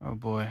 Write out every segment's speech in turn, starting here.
Oh boy.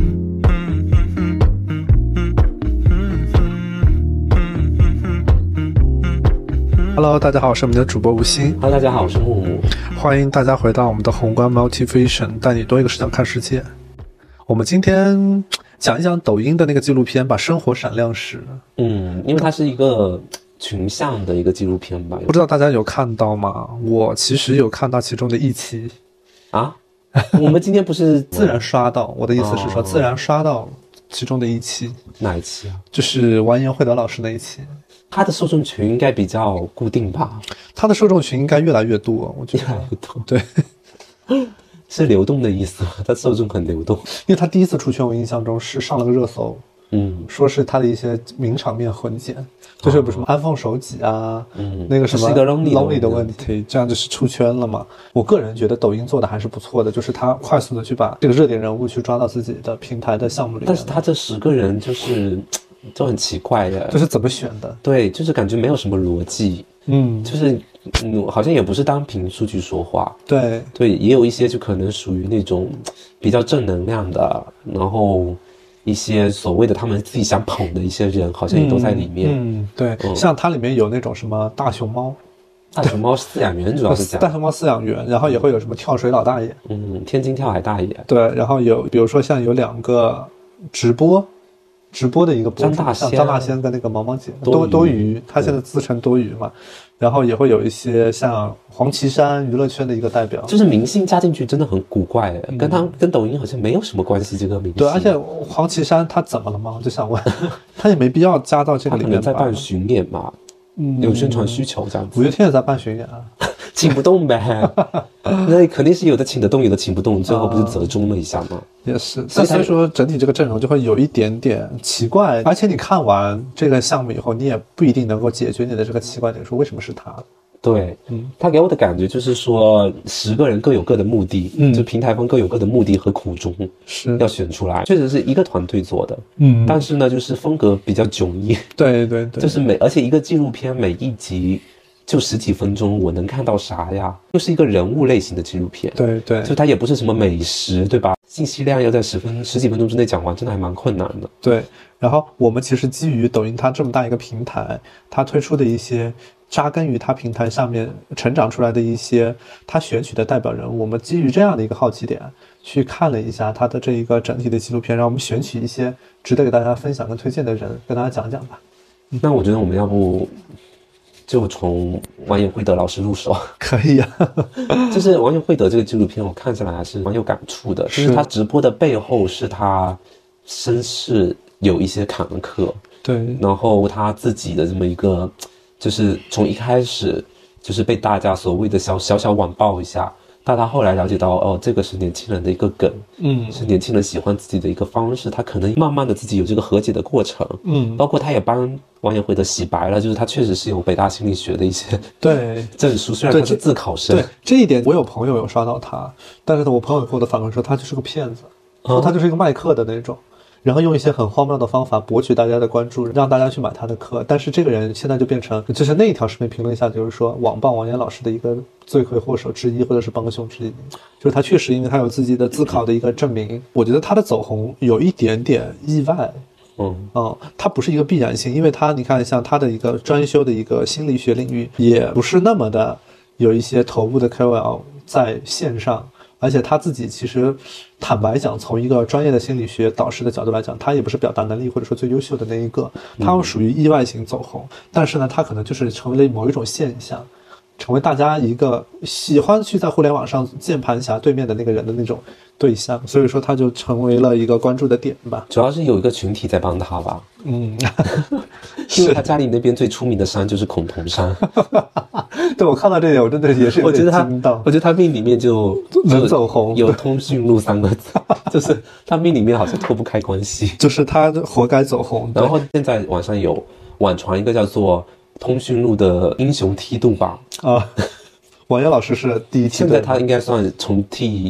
Hello， 大家好，我是我们的主播吴昕。 Hello， 大家好，我是木木。 欢迎大家回到我们的宏观 Motivation， 带你多一个视角看世界。我们今天讲一讲抖音的那个纪录片吧，《生活闪亮时》。 因为它是一个群像的一个纪录片吧。 不知道大家有看到吗？我其实有看到其中的一期。 啊？我们今天不是自然刷到，我的意思是说自然刷到其中的一期。 哪一期啊？ 就是完颜慧德老师那一期。 他的受众群应该比较固定吧？ 他的受众群应该越来越多，我觉得。 越来越多。 对。 是流动的意思吗？他受众很流动。 因为他第一次出圈，我印象中是上了个热搜。说是他的一些名场面混剪，就是有什么安放手机啊，那个什么 lonely 的问题，这样就是出圈了嘛。我个人觉得抖音做的还是不错的，就是他快速的去把这个热点人物去抓到自己的平台的项目里面。 但是他这10个人就很奇怪的， 就是怎么选的？ 对，就是感觉没有什么逻辑。就是好像也不是单凭数据说话。 对， 也有一些就可能属于那种比较正能量的，然后一些所谓的他们自己想捧的一些人好像也都在里面。 对，像它里面有那种什么大熊猫饲养员，主要是讲大熊猫饲养员，然后也会有什么跳水老大爷， 天津跳海大爷。 对，然后有比如说像有2个直播的一个博主，像张大仙跟那个毛毛姐多余，他现在自称多余嘛。然后也会有一些像黄绮珊娱乐圈的一个代表， 就是明星加进去真的很古怪，跟抖音好像没有什么关系。这个明星对，而且黄绮珊她怎么了吗？我就想问，她也没必要加到这个里面吧。 她可能在办巡演嘛，有宣传需求这样子。 5月天也在办巡演啊。 请不动呗，那肯定是有的请得动，有的请不动，最后不是折中了一下吗？ 也是，所以说整体这个阵容就会有一点点奇怪，而且你看完这个项目以后，你也不一定能够解决你的这个奇怪点，说为什么是他。 对，他给我的感觉就是说10个人各有各的目的，就平台方各有各的目的和苦衷， 是要选出来，确实是一个团队做的，但是呢，就是风格比较迥异， 对， 就是而且一个纪录片每一集就10几分钟，我能看到啥呀？又是一个人物类型的纪录片， 对， 就它也不是什么美食，对吧？信息量要在十几分钟之内讲完，真的还蛮困难的。 对，然后我们其实基于抖音它这么大一个平台，它推出的一些扎根于它平台上面成长出来的一些它选取的代表人物，我们基于这样的一个好奇点去看了一下它的这一个整体的纪录片，让我们选取一些值得给大家分享跟推荐的人，跟大家讲讲吧。 那我觉得我们要不就从完颜慧德老师入手。 可以啊。 就是完颜慧德这个纪录片我看下来还是蛮有感触的，就是他直播的背后是他身世有一些坎坷， 对， 然后他自己的这么一个就是从一开始就是被大家所谓的小网暴一下，但他后来了解到这个是年轻人的一个梗，是年轻人喜欢自己的一个方式，他可能慢慢的自己有这个和解的过程，包括他也帮完颜慧德洗白了，就是他确实是有北大心理学的一些证书，虽然他是自考生。 对，这一点我有朋友有刷到他，但是我朋友给我的反馈说他就是个骗子，说他就是一个卖课的那种，然后用一些很荒谬的方法博取大家的关注，让大家去买他的课。但是这个人现在就变成，就是那一条视频评论下就是说网暴完颜老师的一个罪魁祸首之一，或者是帮凶之一，就是他确实因为他有自己的自考的一个证明。我觉得他的走红有一点点意外，它不是一个必然性，因为他你看像他的一个专修的一个心理学领域也不是那么的有一些头部的 KOL 在线上，而且他自己其实坦白讲，从一个专业的心理学导师的角度来讲，他也不是表达能力或者说最优秀的那一个，他属于意外型走红，但是呢他可能就是成为了某一种现象，成为大家一个喜欢去在互联网上键盘侠对面的那个人的那种对象，所以说他就成为了一个关注的点吧。 主要是有一个群体在帮他吧。因为他家里那边最出名的山就是孔同山。 对，我看到这点我真的也是有点惊到。 我觉得他命里面就能走红， 有通讯录3个字，就是他命里面好像脱不开关系， 就是他活该走红。 然后现在网上有网传一个叫做通讯录的英雄梯度榜完颜老师是第一梯， 现在他应该算从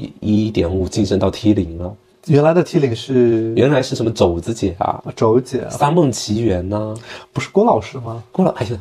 T1.5 晋升到 T0 了。 原来的 T0 是原来是什么肘子姐啊， 肘姐啊， 三梦奇缘啊， 不是郭老师吗？ 郭老，哎呀，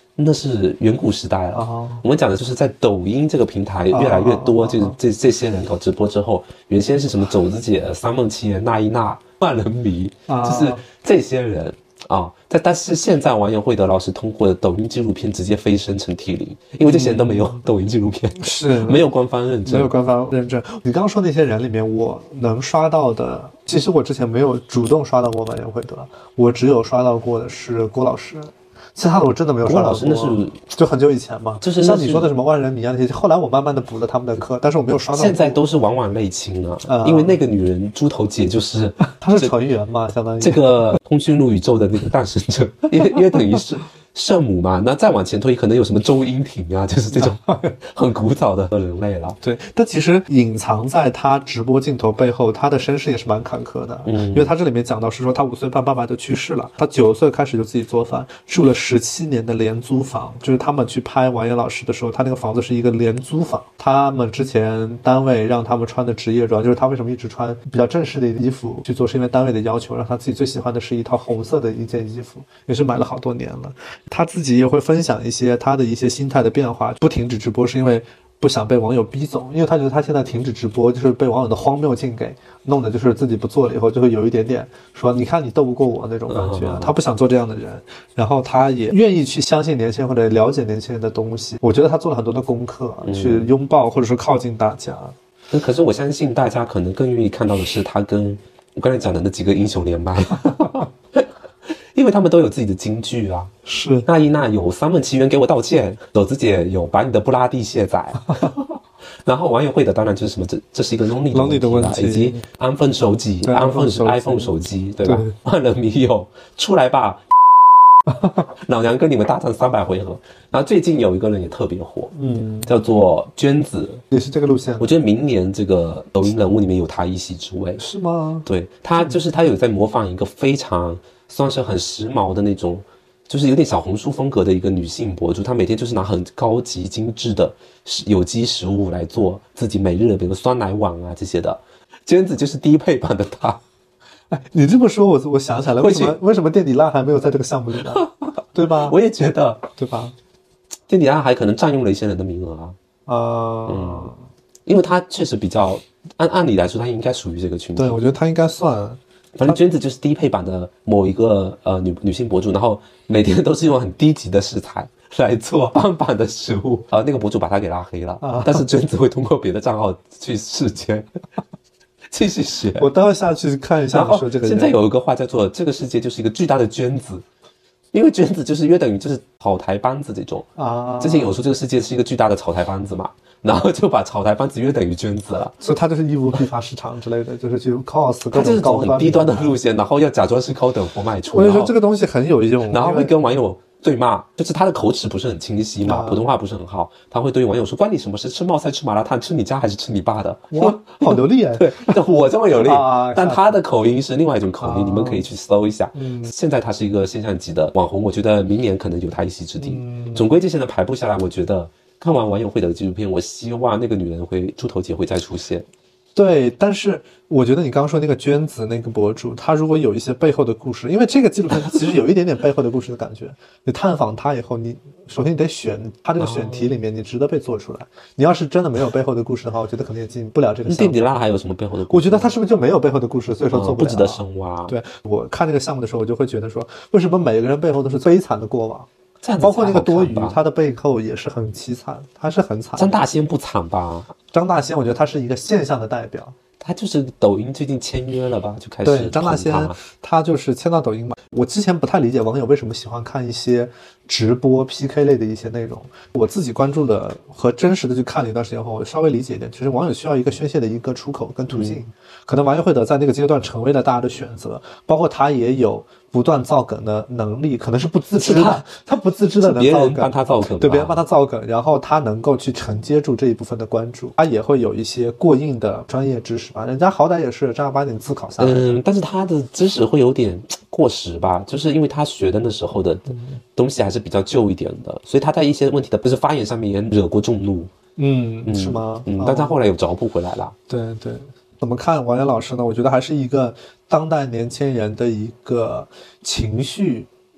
那是远古时代了。我们讲的就是在抖音这个平台越来越多，就是这些人搞直播之后，原先是什么肘子姐、三梦七言、那依娜、万人迷，就是这些人啊。但是现在网友会的老师通过抖音纪录片直接飞升成 T0，因为这些人都没有抖音纪录片， 是没有官方认证， 没有官方认证。你刚刚说那些人里面，我能刷到的，其实我之前没有主动刷到过网友会的，我只有刷到过的是郭老师。其他的我真的没有刷到过， 那是就很久以前嘛， 就是像你说的什么万人迷啊那些，后来我慢慢的补了他们的课，但是我没有刷到过。 现在都是往往类亲了，因为那个女人猪头姐就是她是纯元嘛，相当于这个通讯录宇宙的那个诞生者，因为等于是圣母嘛，那再往前推可能有什么周英婷啊，就是这种很古早的人类了。 对，但其实隐藏在他直播镜头背后，他的身世也是蛮坎坷的。因为他这里面讲到是说他5岁半爸爸就去世了，他9岁开始就自己做饭，住了17年的廉租房。就是他们去拍王岩老师的时候，他那个房子是一个廉租房。他们之前单位让他们穿的职业装，就是他为什么一直穿比较正式的衣服去做，是因为单位的要求，让他自己最喜欢的是一套红色的一件衣服，也是买了好多年了。他自己也会分享一些他的一些心态的变化，不停止直播是因为不想被网友逼走，因为他觉得他现在停止直播就是被网友的荒谬劲给弄的，就是自己不做了以后就会有一点点说你看你斗不过我那种感觉，他不想做这样的人，然后他也愿意去相信年轻人或者了解年轻人的东西。我觉得他做了很多的功课，去拥抱或者说靠近大家。 可是我相信大家可能更愿意看到的是他跟我刚才讲的那几个英雄连麦因为他们都有自己的金句啊， 是那依娜有三问奇缘给我道歉，肘子姐有把你的布拉蒂卸载然后网友会的当然就是什么这是一个 lonely 的问题，以及安分手机，安分 iPhone 手机，对吧？万人迷有出来吧老娘跟你们大战300回合。然后最近有一个人也特别火，叫做娟子， 也是这个路线。 我觉得明年这个抖音人物里面有他一席之位。 是吗？ 对，他就是他有在模仿一个非常算是很时髦的那种，就是有点小红书风格的一个女性博主，她每天就是拿很高级精致的有机食物来做自己每日的，比如酸奶碗啊这些的。娟子就是低配版的她。 哎，你这么说我想起来了，为什么垫底辣还没有在这个项目里呢？对吧？ 我也觉得， 对吧？ 垫底辣还可能占用了一些人的名额啊。因为他确实比较按理来说，他应该属于这个群体。 对，我觉得他应该算。 反正娟子就是低配版的某一个女性博主，然后每天都是用很低级的食材来做棒棒的食物。那个博主把他给拉黑了，但是娟子会通过别的账号去试监。继续学， 我待会下去看一下你说这个人。 现在有一个话叫做这个世界就是一个巨大的娟子，因为娟子就是约等于就是草台班子这种啊。之前有说这个世界是一个巨大的草台班子嘛，然后就把草台班子约等于娟子了， 所以他就是义乌批发市场之类的，就是去 cos 各种高端， 他就是走很低端的路线，然后要假装是高等货卖出。 我就说这个东西很有用， 然后会跟网友对骂，就是他的口齿不是很清晰嘛，普通话不是很好，他会对网友说关你什么事？吃冒菜吃麻辣烫，吃你家还是吃你爸的？ 哇，好流利哎！ 对，我这么流利但他的口音是另外一种口音，你们可以去搜一下。现在他是一个现象级的网红，我觉得明年可能有他一席之地。总归这些人排布下来，我觉得看完网友会的纪录片，我希望那个女人猪头姐会再出现。 对，但是我觉得你刚刚说那个娟子那个博主，他如果有一些背后的故事，因为这个纪录片它其实有一点点背后的故事的感觉。你探访他以后，你首先你得选他这个选题里面，你值得被做出来。你要是真的没有背后的故事的话，我觉得可能也进不了这个项目。 垫底辣还有什么背后的故事？ 我觉得他是不是就没有背后的故事，所以说做不了， 不值得深挖。 对，我看这个项目的时候，我就会觉得说，为什么每个人背后都是悲惨的过往？包括那个多余，他的背后也是很凄惨，他是很惨。 张大仙不惨吧？ 张大仙，我觉得他是一个现象的代表。 他就是抖音最近签约了吧，就开始。 对，张大仙他就是签到抖音嘛。我之前不太理解网友为什么喜欢看一些直播 PK 类的一些内容，我自己关注的和真实的去看了一段时间后，我稍微理解一点，其实网友需要一个宣泄的一个出口跟途径。可能王友会的在那个阶段成为了大家的选择，包括他也有不断造梗的能力，可能是不自知的，他不自知的能造梗， 别人帮他造梗， 对，别人帮他造梗，然后他能够去承接住这一部分的关注，他也会有一些过硬的专业知识吧，人家好歹也是正儿八经自考下来但是他的知识会有点过时吧，就是因为他学的那时候的东西还是比较旧一点的，所以他在一些问题的就是发言上面也惹过众怒。 是吗？ 但他后来有找补回来了。 对对。怎么看王源老师呢？我觉得还是一个当代年轻人的一个情绪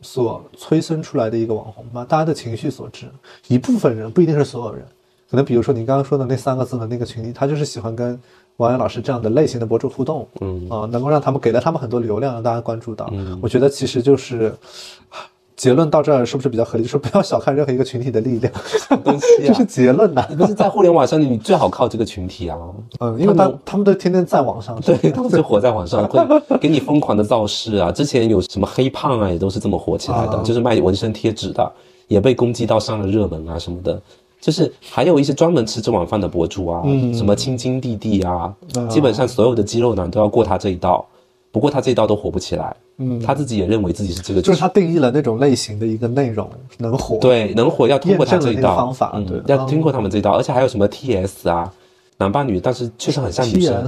所催生出来的一个网红吧，大家的情绪所致。一部分人，不一定是所有人，可能比如说你刚刚说的那3个字的那个群体，他就是喜欢跟王源老师这样的类型的博主互动，能够让他们给了他们很多流量，让大家关注到。我觉得其实就是结论到这儿是不是比较合理？就是不要小看任何一个群体的力量， 东西这是结论呐。 你不是在互联网上，你最好靠这个群体啊。 因为他们都天天在网上， 对，他们就活在网上，会给你疯狂的造势啊。之前有什么黑胖啊，也都是这么火起来的，就是卖纹身贴纸的，也被攻击到上了热门啊什么的。就是还有一些专门吃这碗饭的博主啊，什么青筋弟弟啊，基本上所有的肌肉男都要过他这一道，不过他这一道都火不起来。他自己也认为自己是这个， 就是他定义了那种类型的一个内容能火， 对，能火要通过他这一道方法，对， 要通过他们这一道，而且还有什么 TS 啊，男扮女，但是确实很像女生。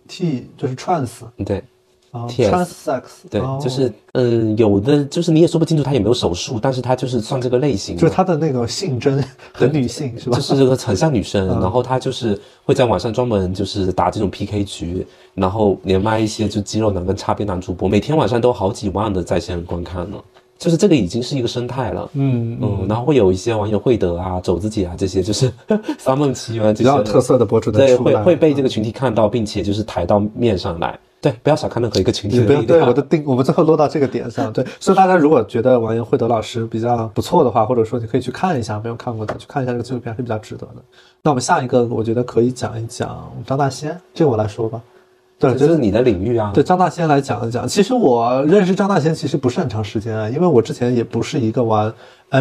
T 就是 trans， 对。 transex， 对，就是有的就是你也说不清楚他有没有手术，但是他就是算这个类型， 就是他的那个性征很女性是吧？ 就是很像女生，然后他就是会在网上专门就是打这种 PK 局，然后连麦一些就肌肉男跟擦边男主播，每天晚上都好几万的在线观看了。就是这个已经是一个生态了，然后会有一些网友慧德啊、肘子姐啊这些，就是三梦奇缘这些比较有特色的博主对，会被这个群体看到，并且就是抬到面上来。对，不要小看任何一个群体的力量。 对，我们最后落到这个点上。对，所以大家如果觉得王源慧德老师比较不错的话，或者说你可以去看一下，没有看过的去看一下这个纪录片是比较值得的。那我们下一个，我觉得可以讲一讲张大仙，这个我来说吧。对， 这是你的领域啊。 对，张大仙来讲一讲。其实我认识张大仙其实不是很长时间啊，因为我之前也不是一个玩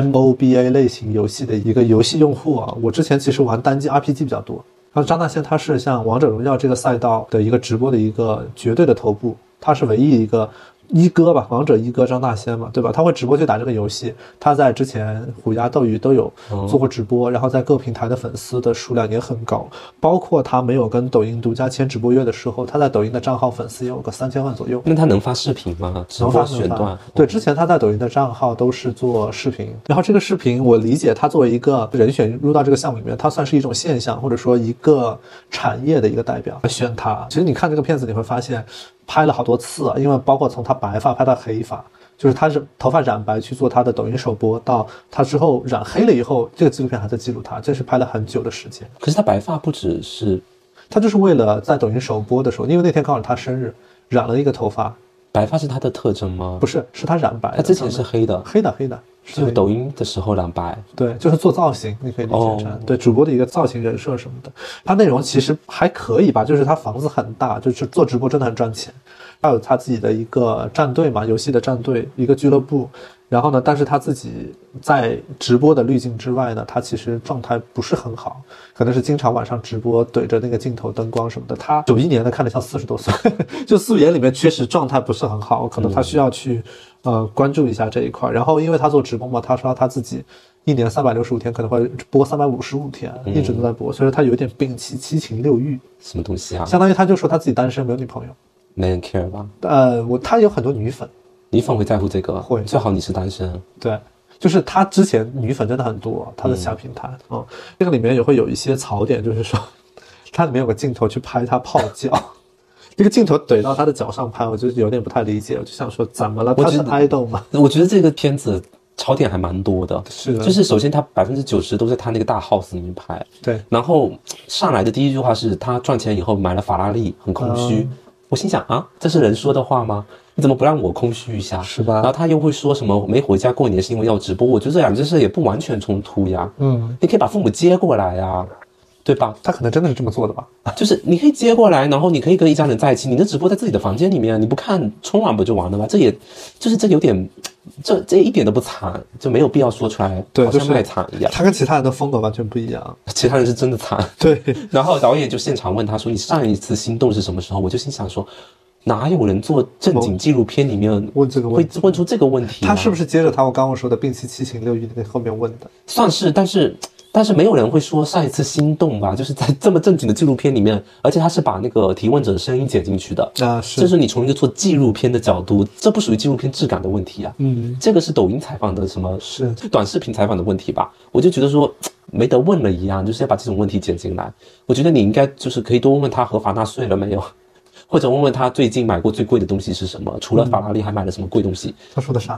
MOBA 类型游戏的一个游戏用户啊，我之前其实玩单机 RPG 比较多。然后张大仙他是像王者荣耀这个赛道的一个直播的一个绝对的头部，他是唯一一个一哥吧，王者一哥张大仙嘛，对吧？他会直播去打这个游戏，他在之前虎牙斗鱼都有做过直播，然后在各平台的粉丝的数量也很高，包括他没有跟抖音独家签直播约的时候，他在抖音的账号粉丝也有个3000万左右。 那他能发视频吗？ 能发选段。对，之前他在抖音的账号都是做视频，然后这个视频我理解他作为一个人选入到这个项目里面，他算是一种现象，或者说一个产业的一个代表选他。其实你看这个片子你会发现拍了好多次啊，因为包括从他白发拍到黑发，就是他是头发染白去做他的抖音首播，到他之后染黑了以后，这个纪录片还在记录他，这是拍了很久的时间。 可是他白发不只是， 他就是为了在抖音首播的时候，因为那天刚好他生日，染了一个头发。 白发是他的特征吗？ 不是，是他染白的。 他之前是黑的， 黑的， 就抖音的时候染白。 对，就是做造型，你可以理解成对主播的一个造型人设什么的。他内容其实还可以吧，就是他房子很大，就是做直播真的很赚钱。还有他自己的一个战队嘛，游戏的战队，一个俱乐部。然后呢，但是他自己在直播的滤镜之外呢，他其实状态不是很好，可能是经常晚上直播怼着那个镜头灯光什么的。他91年的看着像40多岁，就素颜里面确实状态不是很好，可能他需要去关注一下这一块。然后因为他做直播嘛，他说他自己一年365天可能会播355天，一直都在播，所以他有点摒弃七情六欲。 什么东西啊？ 相当于他就说他自己单身，没有女朋友， 没人 care 吧？ 他有很多女粉。 女粉会在乎这个？ 会， 最好你是单身。 对，就是他之前女粉真的很多，他的小平台这个里面也会有一些槽点，就是说他里面有个镜头去拍他泡脚，这个镜头怼到他的脚上拍，我就有点不太理解，我就想说怎么了？他是 idol 吗？ 我觉得这个片子槽点还蛮多的， 是的， 就是首先他90%都在他那个大 house 里面拍， 对， 然后上来的第一句话是他赚钱以后买了法拉利，很空虚。我心想啊，这是人说的话吗？你怎么不让我空虚一下？ 是吧？ 然后他又会说什么没回家过年是因为要直播，我觉得这两件事也不完全冲突呀。你可以把父母接过来呀，对吧？ 他可能真的是这么做的吧？ 就是你可以接过来，然后你可以跟一家人在一起，你的直播在自己的房间里面，你不看春晚不就完了吗？这也就是这有点，这一点都不惨，就没有必要说出来， 对， 好像卖惨一样。 他跟其他人的风格完全不一样， 其他人是真的惨。 对。 然后导演就现场问他说：“你上一次心动是什么时候？”我就心想说。哪有人做正经纪录片里面问这个问题， 会问出这个问题？ 他是不是接着我刚刚说的摒弃七情六欲那后面问的？ 算是，但是没有人会说上一次心动吧？就是在这么正经的纪录片里面，而且他是把那个提问者的声音剪进去的啊，是， 就是你从一个做纪录片的角度，这不属于纪录片质感的问题啊。这个是抖音采访的什么是短视频采访的问题吧？我就觉得说没得问了一样，就是要把这种问题剪进来。我觉得你应该就是可以多问问他合法纳税了没有。或者问问他最近买过最贵的东西是什么？除了法拉利还买了什么贵东西？ 他说的啥？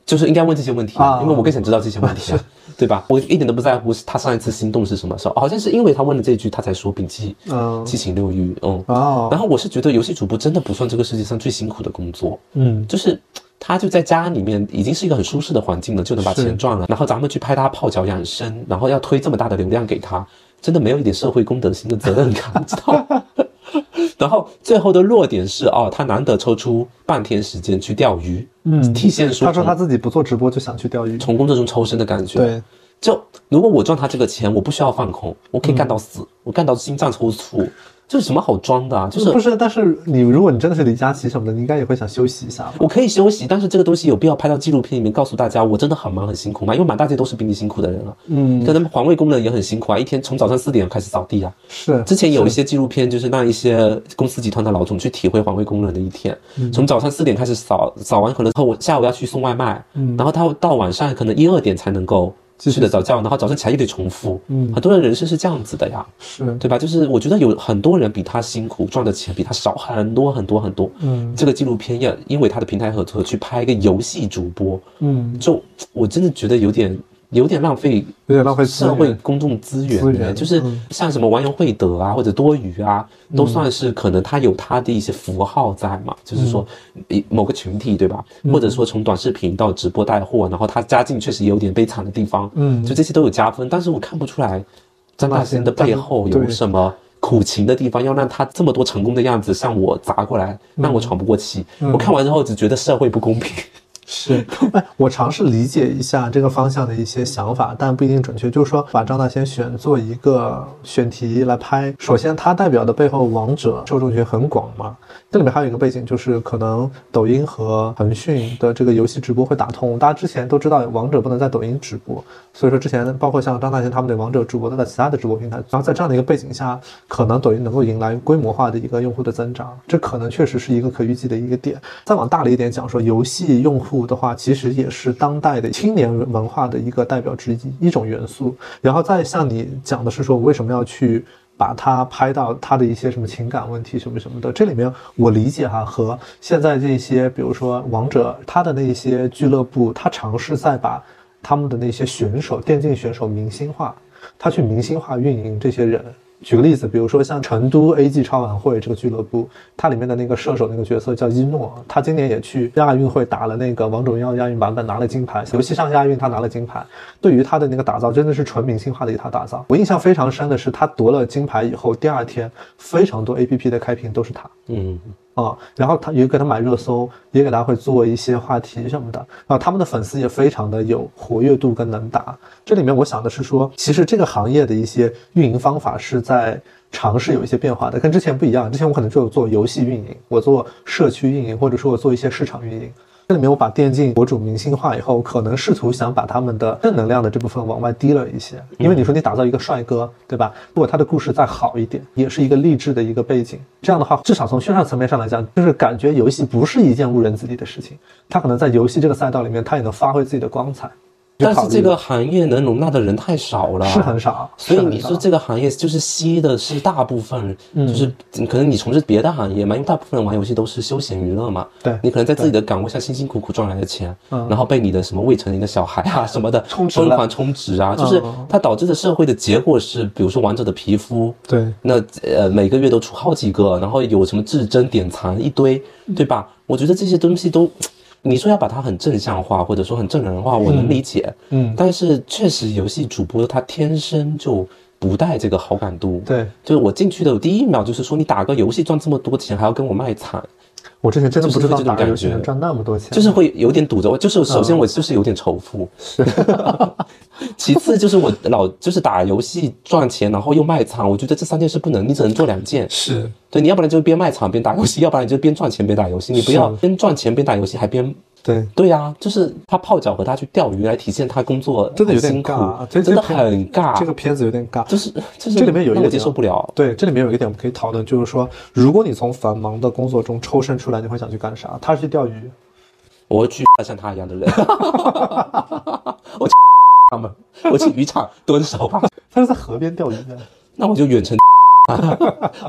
就是应该问这些问题因为我更想知道这些问题对吧？我一点都不在乎他上一次心动是什么时候，好像是因为他问了这句，他才说摒弃七情六欲。然后我是觉得游戏主播真的不算这个世界上最辛苦的工作，就是他就在家里面已经是一个很舒适的环境了，就能把钱赚了，然后咱们去拍他泡脚养生，然后要推这么大的流量给他，真的没有一点社会公德心的责任感，知道吗？然后最后的落点是他难得抽出半天时间去钓鱼，体现出他说他自己不做直播就想去钓鱼， 从工作中抽身的感觉。 对， 就如果我赚他这个钱，我不需要放空，我可以干到死，我干到心脏抽搐。这是什么好装的啊？就是不是？但是如果你真的是李佳琦什么的，你应该也会想休息一下吧。 我可以休息，但是这个东西有必要拍到纪录片里面告诉大家我真的很忙很辛苦吗？因为满大街都是比你辛苦的人了。可能环卫工人也很辛苦啊，一天从早上4点开始扫地啊。 是， 之前有一些纪录片就是让一些公司集团的老总去体会环卫工人的一天，从早上4点开始扫完，可能我下午要去送外卖，然后他到晚上可能1、2点才能够睡得着觉，然后早上起来又得重复。很多人生是这样子的呀， 是对吧？就是我觉得有很多人比他辛苦，赚的钱比他少很多很多很多。这个纪录片要因为他的平台合作去拍一个游戏主播，就我真的觉得有点浪费，社会公众资源，就是像什么玩游会德啊，或者多鱼啊，都算是可能他有他的一些符号在嘛，就是说某个群体，对吧？或者说从短视频到直播带货，然后他家境确实也有点悲惨的地方，就这些都有加分，但是我看不出来张大仙的背后有什么苦情的地方，要让他这么多成功的样子向我砸过来，让我喘不过气。我看完之后只觉得社会不公平。 是，我尝试理解一下这个方向的一些想法，但不一定准确。就是说，把张大仙选做一个选题来拍，首先它代表的背后王者受众群很广嘛。这里面还有一个背景，就是可能抖音和腾讯的这个游戏直播会打通。大家之前都知道王者不能在抖音直播，所以说之前包括像张大仙他们的王者主播都在其他的直播平台。然后在这样的一个背景下，可能抖音能够迎来规模化的一个用户的增长，这可能确实是一个可预计的一个点。再往大了一点讲说，游戏用户的话，其实也是当代的青年文化的一个代表之一，一种元素。然后再像你讲的是说，我为什么要去把它拍到它的一些什么情感问题什么什么的，这里面我理解和现在这些比如说王者他的那些俱乐部，他尝试在把他们的那些选手电竞选手明星化，他去明星化运营这些人。举个例子，比如说像成都 AG 超晚会这个俱乐部，它里面的那个射手那个角色叫一诺，他今年也去亚运会打了那个王者荣耀亚运版本拿了金牌，游戏上亚运他拿了金牌。对于他的那个打造真的是纯明星化的一套打造。我印象非常深的是他夺了金牌以后第2天非常多 APP 的开屏都是他。然后他也给他买热搜，也给他会做一些话题什么的，然后他们的粉丝也非常的有活跃度跟能打。这里面我想的是说，其实这个行业的一些运营方法是在尝试有一些变化的，跟之前不一样。之前我可能就有做游戏运营，我做社区运营，或者说我做一些市场运营。这里面我把电竞博主明星化以后，可能试图想把他们的正能量的这部分往外滴了一些。因为你说你打造一个帅哥，对吧？如果他的故事再好一点，也是一个励志的一个背景，这样的话至少从宣传层面上来讲，就是感觉游戏不是一件误人子弟的事情，他可能在游戏这个赛道里面他也能发挥自己的光彩。 但是这个行业能容纳的人太少了， 是很少， 所以你说这个行业就是吸的是大部分，就是可能你从事别的行业嘛，因为大部分人玩游戏都是休闲娱乐嘛， 对， 你可能在自己的岗位下辛辛苦苦赚来的钱，然后被你的什么未成年的小孩啊什么的疯狂充值啊，就是它导致的社会的结果是，比如说王者的皮肤， 对， 那每个月都出好几个，然后有什么至臻典藏一堆，对吧？我觉得这些东西都。你说要把它很正向化，或者说很正能量化，我能理解。但是确实游戏主播他天生就不带这个好感度。 对， 就是我进去的第1秒就是说，你打个游戏赚这么多钱，还要跟我卖惨。 我之前真的不知道打个游戏能赚那么多钱， 就是会有点堵着。就是首先我就是有点仇富，其次就是我就是打游戏赚钱，然后又卖惨。我觉得这3件事不能，你只能做2件。 是对，你要不然就边卖惨边打游戏，要不然你就边赚钱边打游戏。你不要边赚钱边打游戏还边。对啊，就是他泡脚和他去钓鱼来体现他工作真的有点尬， 真的很尬。 这个片子有点尬， 就是这里面有一个我接受不了。 对，这里面有一点我们可以讨论，就是说，如果你从繁忙的工作中抽身出来，你会想去干啥？他是去钓鱼， 我会去像他一样的人，我去他们，我去渔场蹲守吧。 他是在河边钓鱼的， 那我就远程。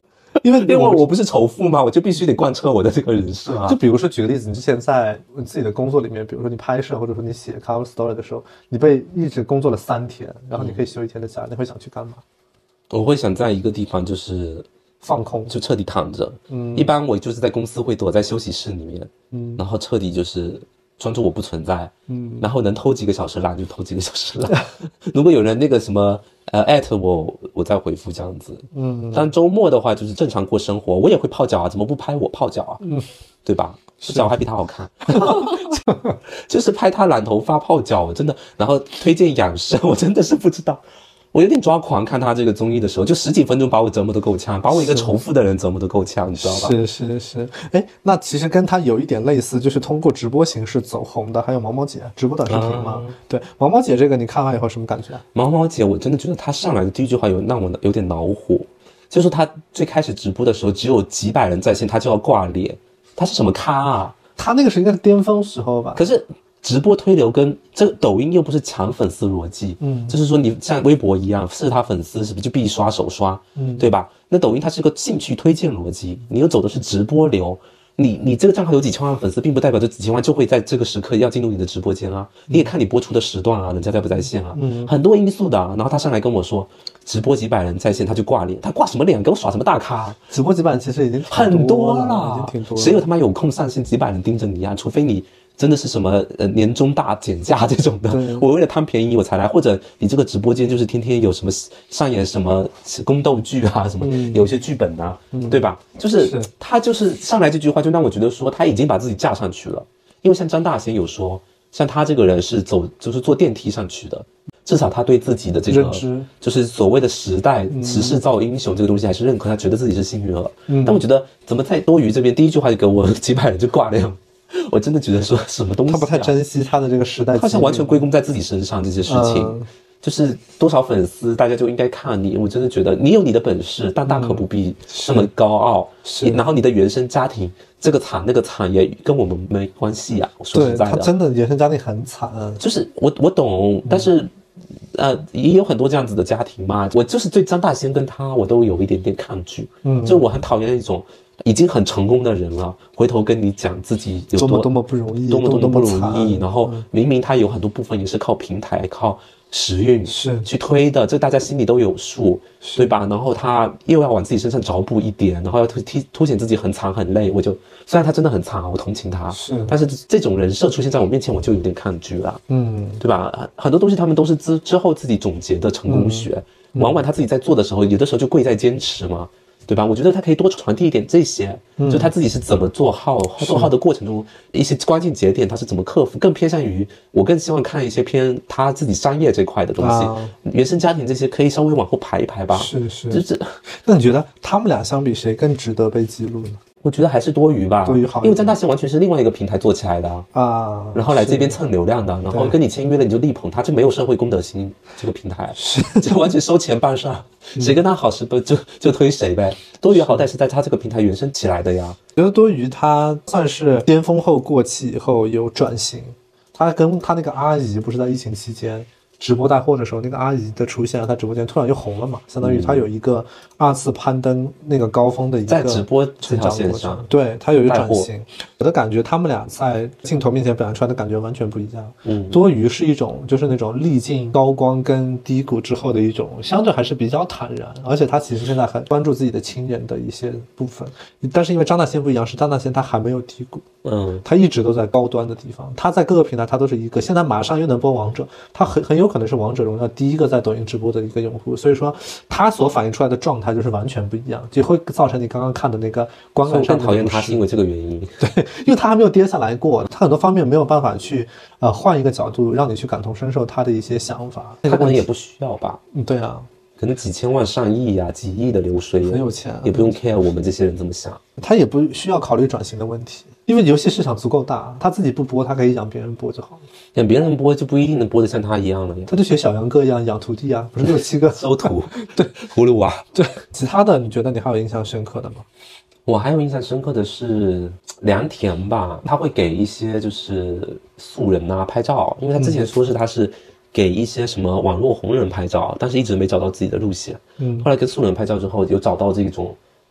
因为我不是仇富嘛，我就必须得贯彻我的这个人设啊。 就比如说举个例子，你之前在你自己的工作里面，比如说你拍摄或者说你写 cover story 的时候，你被一直工作了3天，然后你可以休1天的假，你会想去干嘛？ 我会想在一个地方就是放空， 就彻底躺着。一般我就是在公司会躲在休息室里面，然后彻底就是装作我不存在，然后能偷几个小时懒就偷几个小时懒。如果有人那个什么@我再回复这样子。但周末的话就是正常过生活，我也会泡脚啊，怎么不拍我泡脚啊？对吧？脚还比他好看，就是拍他染头发泡脚，我真的，然后推荐养生，我真的是不知道。我有点抓狂，看他这个综艺的时候，就10几分钟把我折磨得够呛，把我一个仇富的人折磨得够呛，你知道吧？ 是。哎，那其实跟他有一点类似，就是通过直播形式走红的，还有毛毛姐直播短视频嘛。对，毛毛姐这个你看完以后什么感觉啊？ 毛毛姐，我真的觉得她上来的第一句话让我有点恼火，就是她最开始直播的时候只有几百人在线，她就要挂脸，她是什么咖啊？ 她那个是应该是巅峰时候吧？ 可是直播推流跟这个抖音又不是抢粉丝逻辑，就是说你像微博一样是他粉丝是不是就必刷手刷，对吧？那抖音它是个兴趣推荐逻辑，你又走的是直播流，你这个账号有几千万粉丝，并不代表这几千万就会在这个时刻要进入你的直播间啊，你也看你播出的时段啊，人家在不在线啊，很多因素的啊。然后他上来跟我说，直播几百人在线他就挂脸，他挂什么脸？给我耍什么大咖？ 直播几百人其实已经很多了， 已经挺多了。 谁有他妈有空上线几百人盯着你啊？除非你真的是什么年终大减价这种的，我为了贪便宜我才来，或者你这个直播间就是天天有什么上演什么宫斗剧啊，什么有一些剧本啊，对吧？就是他就是上来这句话就让我觉得说他已经把自己架上去了，因为像张大仙有说，像他这个人是就是坐电梯上去的，至少他对自己的这个就是所谓的时势造英雄这个东西还是认可，他觉得自己是幸运儿。但我觉得怎么在多余这边第一句话就给我几百人就挂了，我真的觉得说什么东西他不太珍惜他的这个时代， 好像完全归功在自己身上这些事情，就是多少粉丝大家就应该看你，我真的觉得你有你的本事，但大可不必那么高傲，然后你的原生家庭这个惨那个惨也跟我们没关系啊，说实在的， 他真的原生家庭很惨， 就是我懂，但是也有很多这样子的家庭嘛，我就是对张大仙跟他我都有一点点抗拒，就我很讨厌那种已经很成功的人了，回头跟你讲自己有多么不容易， 多么不容易，然后明明他有很多部分也是靠平台、靠时运去推的，这大家心里都有数，对吧？然后他又要往自己身上找补一点，然后要凸显自己很惨很累，我就虽然他真的很惨，我同情他，但是这种人设出现在我面前，我就有点抗拒了，对吧？很多东西他们都是之后自己总结的成功学，往往他自己在做的时候，有的时候就贵在坚持嘛。对吧？我觉得他可以多传递一点这些，就他自己是怎么做好的过程中一些关键节点，他是怎么克服，更偏向于我更希望看一些偏他自己商业这块的东西，原生家庭这些可以稍微往后排一排吧。 是， 就是。 那你觉得他们俩相比谁更值得被记录呢？ 我觉得还是多余吧，因为张大仙完全是另外一个平台做起来的啊，然后来这边蹭流量的，然后跟你签约了你就力捧他，就没有社会公德心，这个平台就完全收钱办事儿，谁跟他好时不就推谁呗。多余好歹是在他这个平台原生起来的呀。 觉得多余他算是巅峰后过气以后有转型，他跟他那个阿姨不是在疫情期间直播带货的时候，那个阿姨的出现，她直播间突然就红了嘛，相当于她有一个2次攀登那个高峰的一个在直播这条线上， 对，她有一个转型。我的感觉，他们俩在镜头面前表现出来的感觉完全不一样。多余是一种就是那种历尽高光跟低谷之后的一种相对还是比较坦然，而且他其实现在很关注自己的亲人的一些部分。但是因为张大仙不一样，是张大仙他还没有低谷，他一直都在高端的地方，他在各个平台他都是一个，现在马上又能播王者，他很有可能是王者荣耀第一个在抖音直播的一个用户，所以说他所反映出来的状态就是完全不一样，就会造成你刚刚看的那个观感上的。 更讨厌他是因为这个原因， 对，因为他还没有跌下来过，他很多方面没有办法去换一个角度让你去感同身受他的一些想法， 他可能也不需要吧。 对啊， 可能几千万上亿啊几亿的流水很有钱， 也不用 care 我们这些人怎么想， 他也不需要考虑转型的问题，因为游戏市场足够大，他自己不播，他可以养别人播就好了。 养别人播就不一定能播得像他一样了呀。 他就学小杨哥一样养徒弟啊，不是6、7个收徒， 对， 葫芦娃。 对，其他的你觉得你还有印象深刻的吗？ 我还有印象深刻的是良田吧，他会给一些就是素人啊拍照，因为他之前说是他是给一些什么网络红人拍照，但是一直没找到自己的路线。后来跟素人拍照之后，有找到这种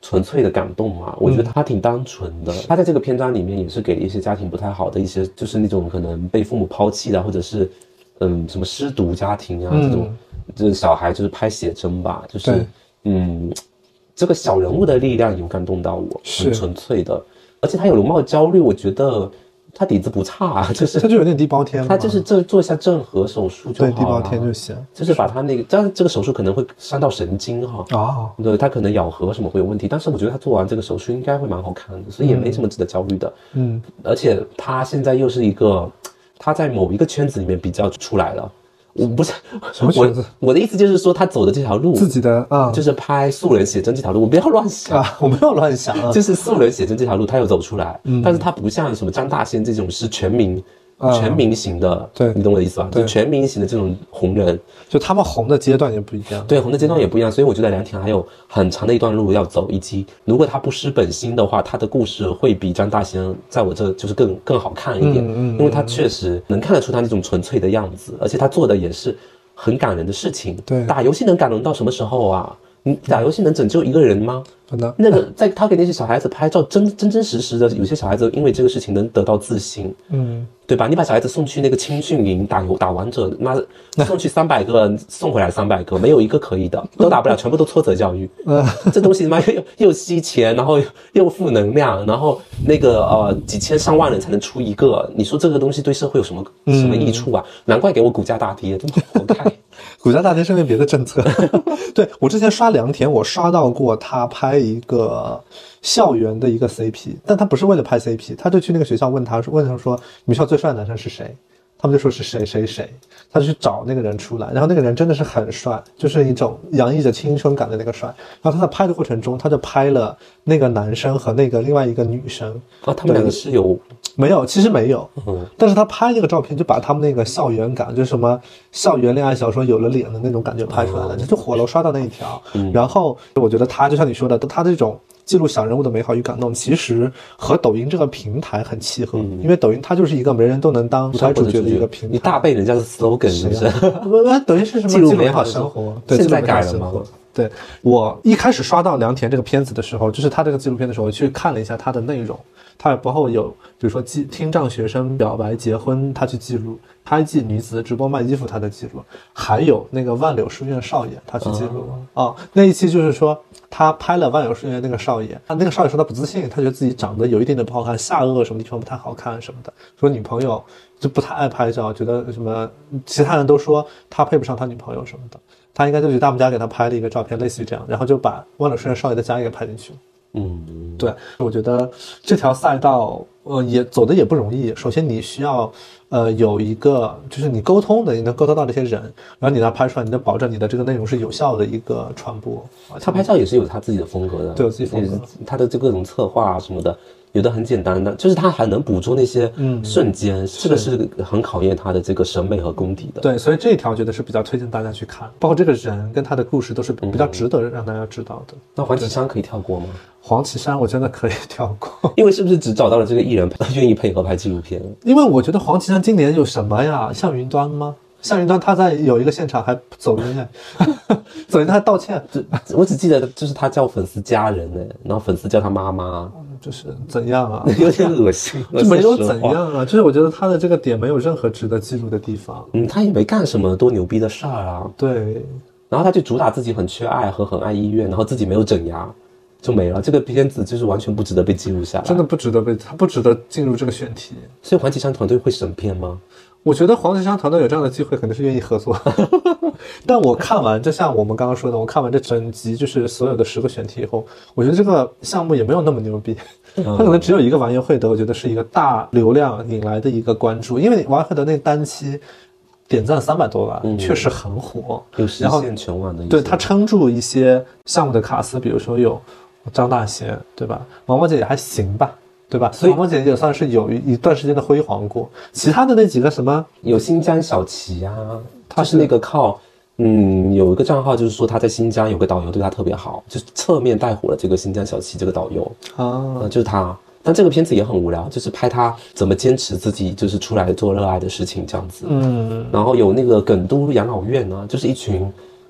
纯粹的感动嘛，我觉得他挺单纯的。他在这个篇章里面也是给了一些家庭不太好的一些，就是那种可能被父母抛弃的，或者是什么失独家庭啊这种，就是小孩就是拍写真吧，就是这个小人物的力量有感动到我，很纯粹的，而且他有容貌焦虑，我觉得。他底子不差，就是他就有点地包天， 他就是做一下正颌手术就好了， 对，地包天就行， 就是把他那个，但这个手术可能会伤到神经哈，对，他可能咬合什么会有问题，但是我觉得他做完这个手术应该会蛮好看的，所以也没什么值得焦虑的，而且他现在又是一个，他在某一个圈子里面比较出来了。我不是什么圈子， 我的意思就是说，他走的这条路， 自己的就是拍素人写真这条路，我不要乱想我没有乱想就是素人写真这条路，他有走出来，但是他不像什么张大仙这种是全民型的， 对， 你懂我的意思吧？就全民型的这种红人， 就他们红的阶段也不一样， 对，红的阶段也不一样，所以我觉得梁田还有很长的一段路要走，以及如果他不失本心的话，他的故事会比张大仙在我这就是更好看一点，因为他确实能看得出他那种纯粹的样子，而且他做的也是很感人的事情。 对， 打游戏能感人到什么时候啊？你打游戏能拯救一个人吗？那个在他给那些小孩子拍照，真实的，有些小孩子因为这个事情能得到自信，对吧？你把小孩子送去那个青训营打王者，那送去300个，送回来300个，没有一个可以的，都打不了，全部都挫折教育。这东西他妈又吸钱，然后又负能量，然后那个几千上万人才能出一个，你说这个东西对社会有什么益处啊？难怪给我股价大跌，真的活该。 股价大跌是因为别的政策。对，我之前刷良田，我刷到过他拍一个校园的一个 CP， 但他不是为了拍 CP， 他就去那个学校问他说你们校最帅的男生是谁，他们就说是谁谁谁，他就去找那个人出来，然后那个人真的是很帅，就是一种洋溢着青春感的那个帅，然后他在拍的过程中他就拍了那个男生和那个另外一个女生他们两个是有没有，其实没有，但是他拍那个照片就把他们那个校园感，就是什么校园恋爱小说有了脸的那种感觉拍出来了，就火了，我刷到那一条。然后我觉得他就像你说的，他这种记录小人物的美好与感动，其实和抖音这个平台很契合，因为抖音它就是一个没人都能当舞台主角的一个平台。 你大背人家的 slogan 是不是？ 抖音是什么？ 记录美好生活， 对，现在改了吗？ 对，我一开始刷到良田这个片子的时候，就是他这个纪录片的时候，我去看了一下它的内容，它包括有比如说听障学生表白结婚，他去记录；拍记女子直播卖衣服他的记录，还有那个万柳书院少爷他去记录那一期就是说他拍了万柳书院那个少爷，那个少爷说他不自信，他觉得自己长得有一点点不好看，下颚什么地方不太好看什么的，说女朋友就不太爱拍照，觉得什么其他人都说他配不上他女朋友什么的，他应该就去他们家给他拍了一个照片，类似于这样，然后就把万柳书院少爷的家也拍进去了。对，我觉得这条赛道也走的也不容易。首先你需要有一个就是你沟通的，你能沟通到这些人，然后你拿拍出来，你能保证你的这个内容是有效的一个传播。 他拍照也是有他自己的风格的， 对，有自己风格， 他的这各种策划什么的。有的很简单的，就是他还能捕捉那些瞬间，这个是很考验他的这个审美和功底的。 对，所以这一条觉得是比较推荐大家去看，包括这个人跟他的故事都是比较值得让大家知道的。 那黄绮珊可以跳过吗？ 黄绮珊我真的可以跳过， 因为是不是只找到了这个艺人愿意配合拍纪录片？ 因为我觉得黄绮珊今年有什么呀？像云端吗？像云端他在有一个现场还走音走音他还道歉， 我只记得就是他叫粉丝家人然后粉丝叫他妈妈， 就是怎样啊？ 有点恶心， 就没有怎样啊？就是我觉得他的这个点没有任何值得记录的地方。 他也没干什么多牛逼的事儿啊。 对， 然后他就主打自己很缺爱和很爱医院，然后自己没有整牙。就没了，这个片子就是完全不值得被记录下来， 真的不值得他不值得进入这个选题。 所以黄绮珊团队会审片吗？ 我觉得黄绮珊团队有这样的机会肯定是愿意合作但我看完就像我们刚刚说的，我看完这整集就是所有的10个选题以后，我觉得这个项目也没有那么牛逼它可能只有一个完颜慧德，我觉得是一个大流量引来的一个关注，因为完颜慧德那单期点赞300多万，确实很火， 有实现全网的一些， 对，他撑住一些项目的卡司，比如说有张大仙，对吧？毛毛姐也还行吧，对吧？所以毛毛姐也算是有一段时间的辉煌过。其他的那几个什么有新疆小齐啊，他是那个靠有一个账号，就是说他在新疆有个导游对他特别好，就是侧面带火了这个新疆小齐这个导游就是他。但这个片子也很无聊，就是拍他怎么坚持自己就是出来做热爱的事情这样子。然后有那个耿都养老院啊，就是一群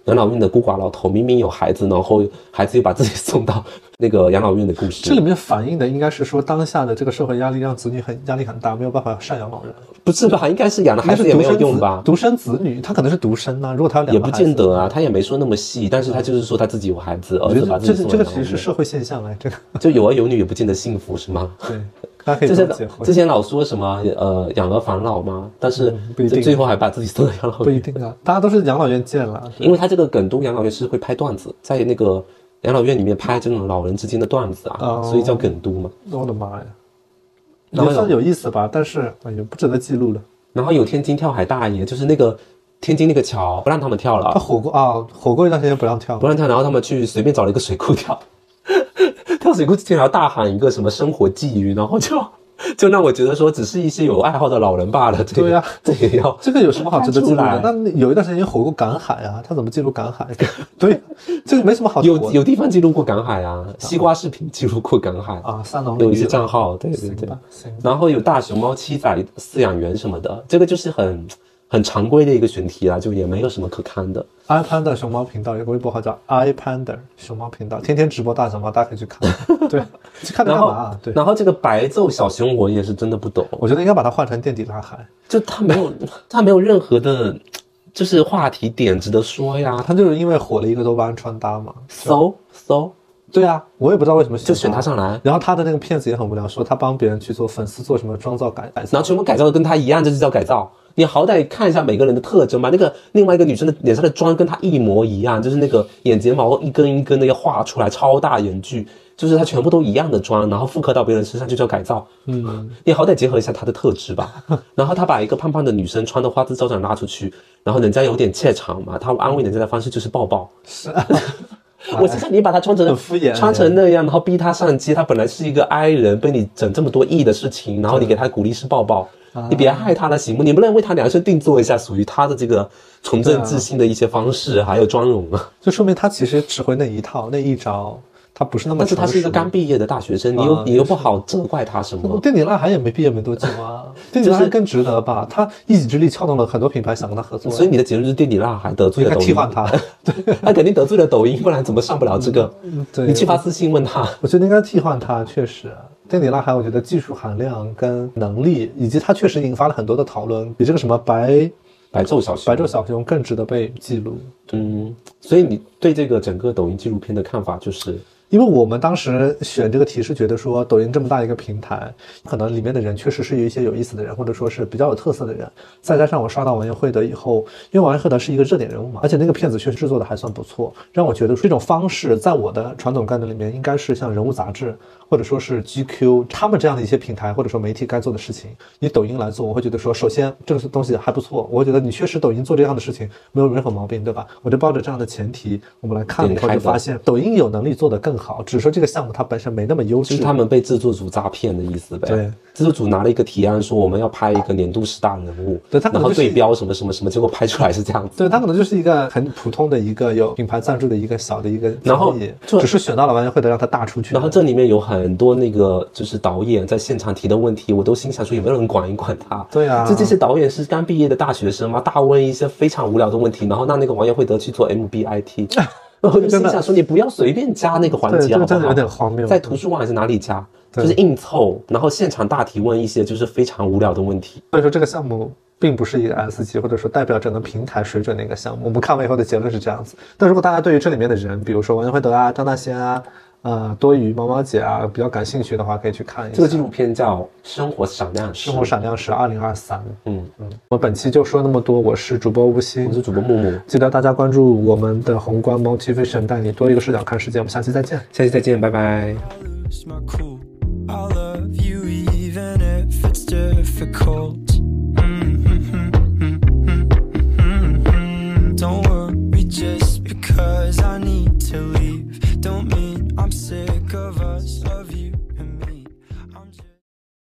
养老院的孤寡老头明明有孩子，然后孩子又把自己送到那个养老院的故事。 这里面反映的应该是说当下的这个社会压力让子女压力很大，没有办法赡养老人。 不是吧？应该是养了孩子也没有用吧？ 独生子女，他可能是独生啊。如果他有2个孩子， 也不见得啊，他也没说那么细，但是他就是说他自己有孩子，儿子把自己送到这个其实是社会现象这个就有儿有女也不见得幸福是吗？ 对。大家可以这么结婚。 之前老说什么养儿防老吗？但是最后还把自己送到养老院。 不一定啊，大家都是养老院见了。 因为他这个梗都养老院是会拍段子，在那个养老院里面拍这种老人之间的段子啊，所以叫梗都嘛。 我的妈呀！也算有意思吧，但是也不值得记录了。 然后有天津跳海大爷，就是那个天津那个桥不让他们跳了， 他火过一段时间不让跳， 然后他们去随便找了一个水库跳。跳水库之前还要大喊一个什么生活寄语，然后就让我觉得说只是一些有爱好的老人罢了。 对呀， 这也要这个有什么好值得记录的？那有一段时间也火过赶海啊，他怎么记录赶海？对，这个没什么好有地方记录过赶海啊，西瓜视频记录过赶海啊，三农有一些账号，对。然后有大熊猫7仔饲养员什么的，这个就是很常规的一个选题啦，就也没有什么可看的。 iPanda 熊猫频道有个微博号叫 iPanda 熊猫频道，天天直播大熊猫，大家可以去看。对，去看它干嘛？对。 然后这个白昼小熊我也是真的不懂， 我觉得应该把它换成垫底拉海， 就它没有任何的，就是话题点值得说呀。 它就是因为火了一个豆瓣穿搭嘛。 So 对啊，我也不知道为什么就选他上来。 然后他的那个片子也很无聊，说他帮别人去做粉丝做什么妆造改造， 然后全部改造的跟他一样，这就叫改造。你好歹看一下每个人的特征吧。那个另外一个女生的脸上的妆跟她一模一样，就是那个眼睫毛一根一根的要画出来，超大眼距，就是她全部都一样的妆，然后复刻到别人身上就叫改造。你好歹结合一下她的特质吧。然后他把一个胖胖的女生穿的花枝招展拉出去，然后人家有点怯场嘛，他安慰人家的方式就是抱抱。是啊。我心想你把他穿成那样，然后逼他上街，他本来是一个 I 人，被你整这么多亿的事情，然后你给他鼓励式抱抱，你别害他了行不？你不能为他量身定做一下属于他的这个重振自信的一些方式，还有妆容啊？ 就说明他其实只会那一套那一招。他不是那么， 但是他是一个刚毕业的大学生，你又不好责怪他什么。 垫底拉海也没毕业没多久啊，垫底拉海更值得吧？他一己之力撬动了很多品牌想跟他合作。 所以你的结论就是垫底拉海得罪了抖音， 替换他， 对，他肯定得罪了抖音，不然怎么上不了这个？你去发私信问他。 我觉得应该替换他，确实。垫底拉海，我觉得技术含量跟能力，以及他确实引发了很多的讨论，比这个什么白昼小熊更值得被记录。 所以你对这个整个抖音纪录片的看法就是？ 因为我们当时选这个题是觉得说抖音这么大一个平台，可能里面的人确实是有一些有意思的人，或者说是比较有特色的人，再加上我刷到王彦慧德以后，因为王彦慧德是一个热点人物嘛，而且那个片子确实制作的还算不错，让我觉得这种方式在我的传统概念里面应该是像人物杂志或者说是 GQ 他们这样的一些平台或者说媒体该做的事情，你抖音来做，我会觉得说首先这个东西还不错，我会觉得你确实抖音做这样的事情没有任何毛病，对吧？我就抱着这样的前提我们来看了以后就发现抖音有能力做得更好，只是说这个项目它本身没那么优质， 就是他们被制作组诈骗的意思呗。对，制作组拿了一个提案说我们要拍一个年度10大人物，对，然后对标什么什么什么，结果拍出来是这样子。 对，他可能就是一个很普通的一个有品牌赞助的一个小的一个，然后只是选到了完全会的让他大出去。 然后这里面有很多那个就是导演在现场提的问题，我都心想说有没有人管一管他？ 对啊， 这些导演是刚毕业的大学生吗？大问一些非常无聊的问题，然后让那个王彦慧德去做 MBIT。然后就心想说，你不要随便加那个环节，好不好？ 真的有点荒谬。 在图书馆还是哪里加，就是硬凑，然后现场大提问一些就是非常无聊的问题。 所以说这个项目并不是一个 S 级，或者说代表整个平台水准的一个项目。我们看完以后的结论是这样子。但如果大家对于这里面的人，比如说王彦慧德啊、张大仙啊、多余、毛毛姐啊比较感兴趣的话，可以去看一下。 这个纪录片叫《生活闪亮时》， 生活闪亮时2023。我本期就说那么多，我是主播吴昕， 我是主播木木， 记得大家关注我们的宏观 Motivation， 带你多一个视角看世界。我们下期再见， 拜拜。Don't worry just because I need to leave. Don't mean